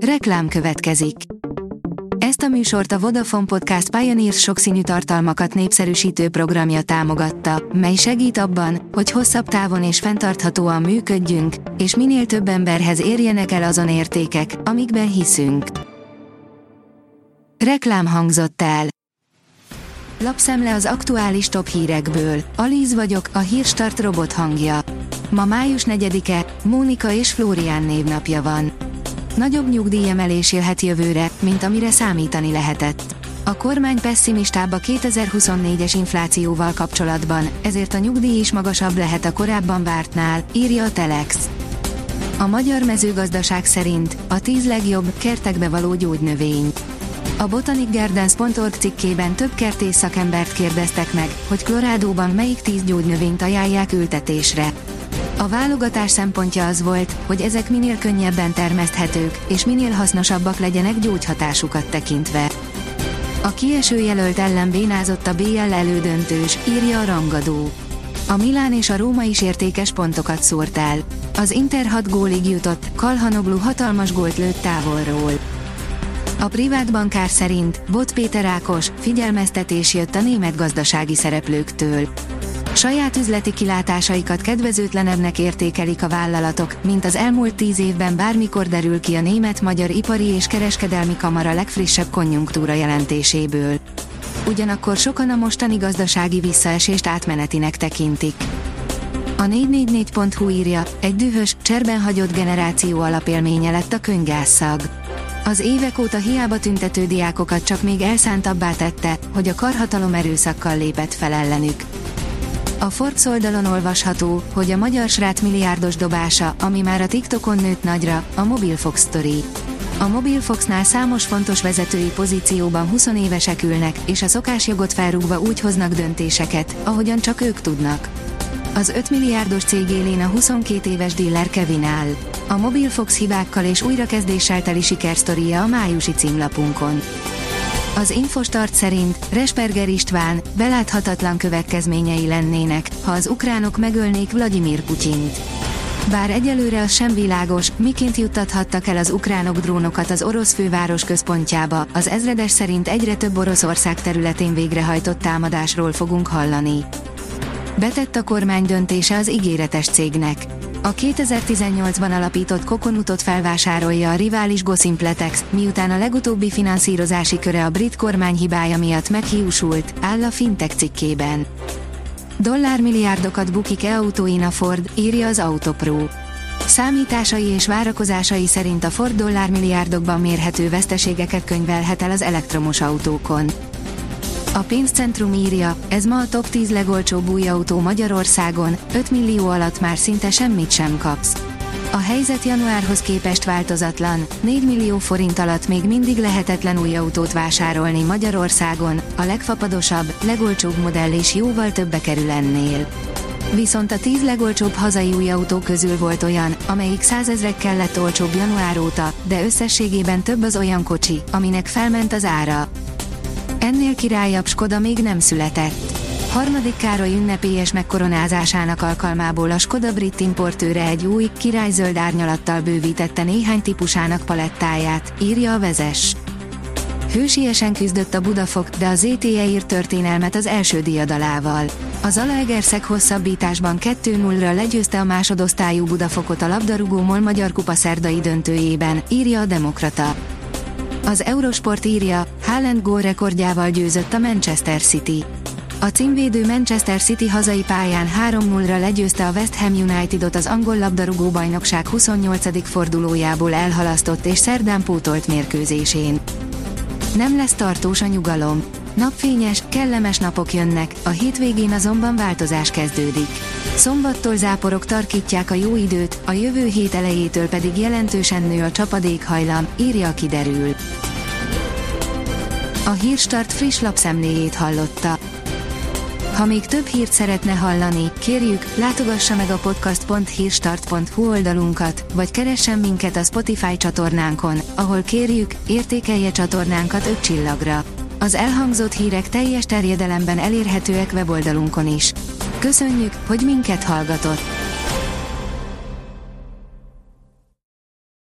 Reklám következik. Ezt a műsort a Vodafone Podcast Pioneers sokszínű tartalmakat népszerűsítő programja támogatta, mely segít abban, hogy hosszabb távon és fenntarthatóan működjünk, és minél több emberhez érjenek el azon értékek, amikben hiszünk. Reklám hangzott el. Lapszemle az aktuális top hírekből. Alíz vagyok, a Hírstart robot hangja. Ma május 4-e, Mónika és Flórián névnapja van. Nagyobb nyugdíjemelés jöhet jövőre, mint amire számítani lehetett. A kormány pesszimistább a 2024-es inflációval kapcsolatban, ezért a nyugdíj is magasabb lehet a korábban vártnál, írja a Telex. A magyar mezőgazdaság szerint a 10 legjobb kertekbe való gyógynövény. A botanicgardens.org cikkében több kertész szakembert kérdeztek meg, hogy Colorádóban melyik 10 gyógynövényt ajánlják ültetésre. A válogatás szempontja az volt, hogy ezek minél könnyebben termeszthetők, és minél hasznosabbak legyenek gyógyhatásukat tekintve. A kieső jelölt ellen bénázott a BL elődöntős, írja a Rangadó. A Milán és a Róma is értékes pontokat szórt el. Az Inter 6 gólig jutott, Calhanoglu hatalmas gólt lőtt távolról. A privát bankár szerint Bot Péter Ákos figyelmeztetés jött a német gazdasági szereplőktől. Saját üzleti kilátásaikat kedvezőtlenebbnek értékelik a vállalatok, mint az elmúlt 10 évben bármikor derül ki a Német-Magyar Ipari és Kereskedelmi Kamara legfrissebb konjunktúra jelentéséből. Ugyanakkor sokan a mostani gazdasági visszaesést átmenetinek tekintik. A 444.hu írja, egy dühös, cserben hagyott generáció alapélménye lett a könygásszag. Az évek óta hiába tüntető diákokat csak még elszántabbá tette, hogy a karhatalom erőszakkal lépett fel ellenük. A Forbes oldalon olvasható, hogy a magyar srác milliárdos dobása, ami már a TikTokon nőtt nagyra, a Mobilfox sztori. A Mobilfoxnál számos fontos vezetői pozícióban 20 évesek ülnek, és a szokásjogot felrúgva úgy hoznak döntéseket, ahogyan csak ők tudnak. Az 5 milliárdos cég élén a 22 éves dealer Kevin áll. A Mobilfox hibákkal és újrakezdéssel teli sikersztoria a májusi címlapunkon. Az Infostart szerint Resperger István beláthatatlan következményei lennének, ha az ukránok megölnék Vladimir Putyint. Bár egyelőre az sem világos, miként juttathattak el az ukránok drónokat az orosz főváros központjába, az ezredes szerint egyre több Oroszország területén végrehajtott támadásról fogunk hallani. Betett a kormány döntése az ígéretes cégnek. A 2018-ban alapított Coconutot felvásárolja a rivális Gossimpletex, miután a legutóbbi finanszírozási köre a brit kormány hibája miatt meghiúsult, áll a Fintech cikkében. Dollármilliárdokat bukik e-autóin a Ford, írja az Autopro. Számításai és várakozásai szerint a Ford dollármilliárdokban mérhető veszteségeket könyvelhet el az elektromos autókon. A pénzcentrum írja, ez ma a top 10 legolcsóbb új autó Magyarországon, 5 millió alatt már szinte semmit sem kapsz. A helyzet januárhoz képest változatlan, 4 millió forint alatt még mindig lehetetlen új autót vásárolni Magyarországon, a legfapadosabb, legolcsóbb modell is jóval többe kerül ennél. Viszont a 10 legolcsóbb hazai új autó közül volt olyan, amelyik 100 000-ekkel lett olcsóbb január óta, de összességében több az olyan kocsi, aminek felment az ára. Ennél királyabb Skoda még nem született. Harmadik Károly ünnepélyes megkoronázásának alkalmából a Skoda brit importőre egy új, királyzöld árnyalattal bővítette néhány típusának palettáját, írja a Vezes. Hősiesen küzdött a Budafok, de a ZTE írt történelmet az első diadalával. A Zalaegerszeg hosszabbításban 2-0-ra legyőzte a másodosztályú Budafokot a labdarúgó MOL Magyar Kupa szerdai döntőjében, írja a Demokrata. Az Eurosport írja, Haaland gólrekordjával győzött a Manchester City. A címvédő Manchester City hazai pályán 3-0-ra legyőzte a West Ham Unitedot az angol labdarúgó-bajnokság 28. fordulójából elhalasztott és szerdán pótolt mérkőzésén. Nem lesz tartós a nyugalom. Napfényes, kellemes napok jönnek, a hétvégén azonban változás kezdődik. Szombattól záporok tarkítják a jó időt, a jövő hét elejétől pedig jelentősen nő a csapadékhajlam, írja a Kiderül. A Hírstart friss lapszemléjét hallotta. Ha még több hírt szeretne hallani, kérjük, látogassa meg a podcast.hírstart.hu oldalunkat, vagy keressen minket a Spotify csatornánkon, ahol kérjük, értékelje csatornánkat 5 csillagra. Az elhangzott hírek teljes terjedelemben elérhetőek weboldalunkon is. Köszönjük, hogy minket hallgatott!